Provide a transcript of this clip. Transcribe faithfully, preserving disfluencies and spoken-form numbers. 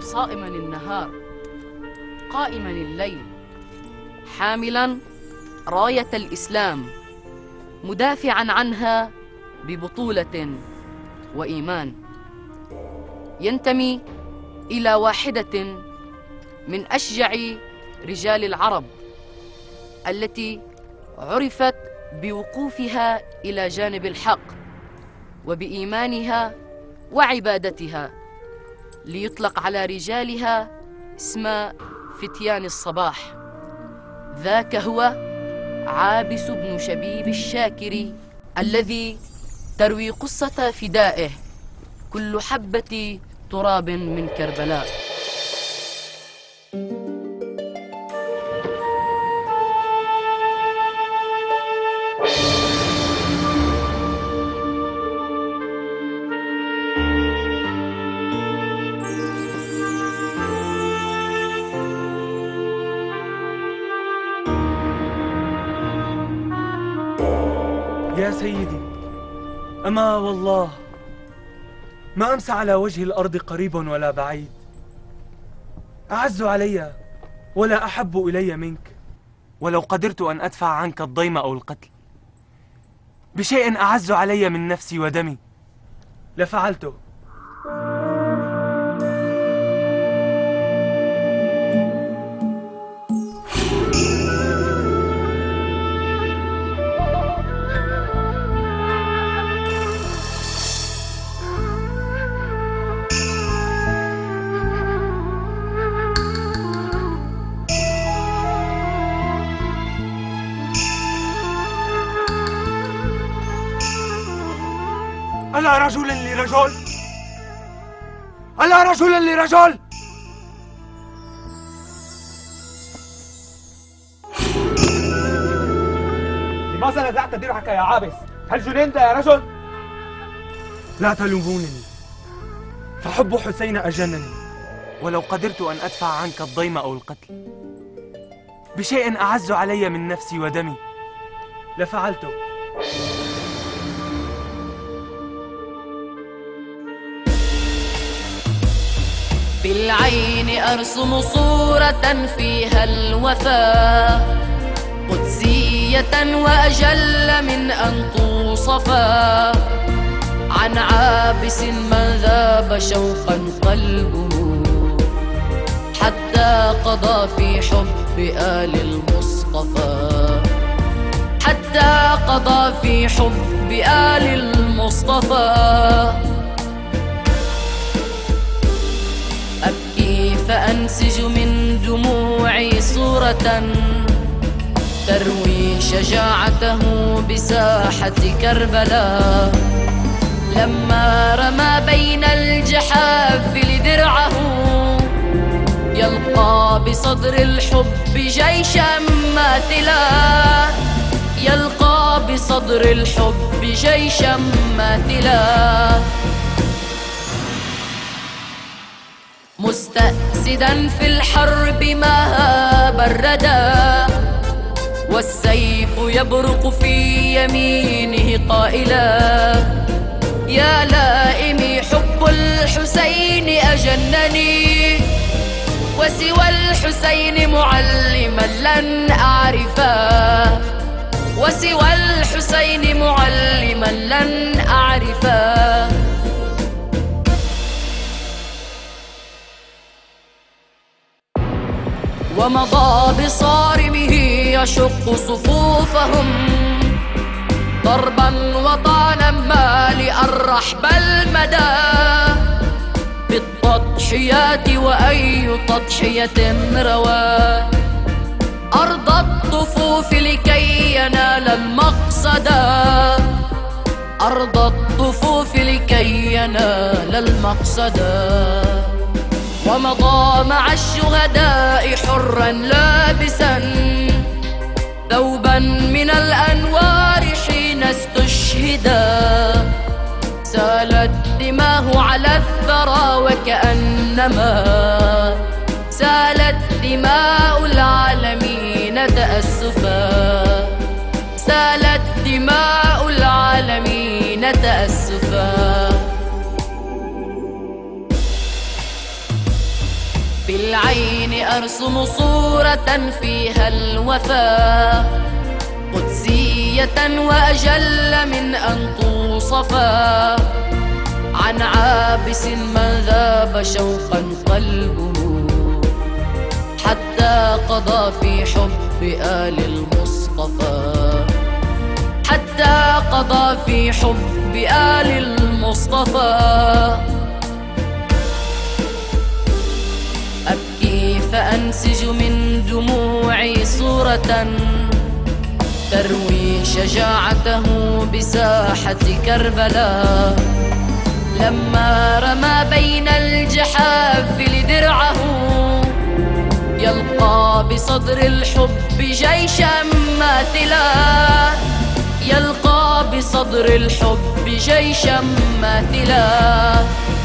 صائما النهار قائما الليل، حاملا راية الإسلام، مدافعا عنها ببطولة وإيمان. ينتمي إلى واحدة من أشجع رجال العرب التي عرفت بوقوفها إلى جانب الحق وبإيمانها وعبادتها، ليطلق على رجالها اسم فتيان الصباح. ذاك هو عابس بن شبيب الشاكري الذي تروي قصة فدائه كل حبة تراب من كربلاء. يا سيدي، أما والله ما أمسى على وجه الأرض قريب ولا بعيد أعز علي ولا أحب إلي منك. ولو قدرت أن أدفع عنك الضيم أو القتل بشيء أعز علي من نفسي ودمي لفعلته. ألا رجل لرجل؟ ألا رجل لرجل؟ لماذا نزعت درعك يا عابس؟ هل جننت يا رجل؟ لا تلومونني، فحب حسين أجنني. ولو قدرت أن أدفع عنك الضيم أو القتل بشيء أعز علي من نفسي ودمي لفعلته. بالعين أرسم صورة فيها الوفاء، قدسية وأجل من أن توصفا، عن عابس من ذاب شوقا قلبه، حتى قضى في حب آل المصطفى، حتى قضى في حب آل المصطفى. أبكي فأنسج من دموعي صورة تروي شجاعته بساحة كربلاء، لما رمى بين الجحافل درعه، يلقى بصدر الحب جيشا ماثلا، يلقى بصدر الحب جيشا ماثلا. مستأسدا في الحرب ما بردا، والسيف يبرق في يمينه قائلا، يا لائمي حب الحسين أجنني، وسوى الحسين معلما لن أعرفا، وسوى الحسين معلما لن أعرفا. ومضى بصارمه يشق صفوفهم، ضربا وطالما لأرحب المدى، بالتضحيات وأي تضحية روى، أرض الطفوف لكي ينال المقصدا، أرض الطفوف لكي ينال المقصدا. ومضى مع الشهداء حرا لابسا ثوبا من الأنوار حين استشهدا، سالت دماه على الثرى وكأنما سالت دماء العالمين تأسفا، سالت دماء العالمين تأسفا. أرسم صورة فيها الوفاء قدسية وأجل من أن توصفا عن عابس من ذاب شوقا قلبه حتى قضى في حب آل المصطفى حتى قضى في حب آل المصطفى. أبكي فأنسج من دموعي صورة تروي شجاعته بساحة كربلاء لما رمى بين الجحافل درعه يلقى بصدر الحب جيشا ماثلا يلقى بصدر الحب جيشا ماثلا.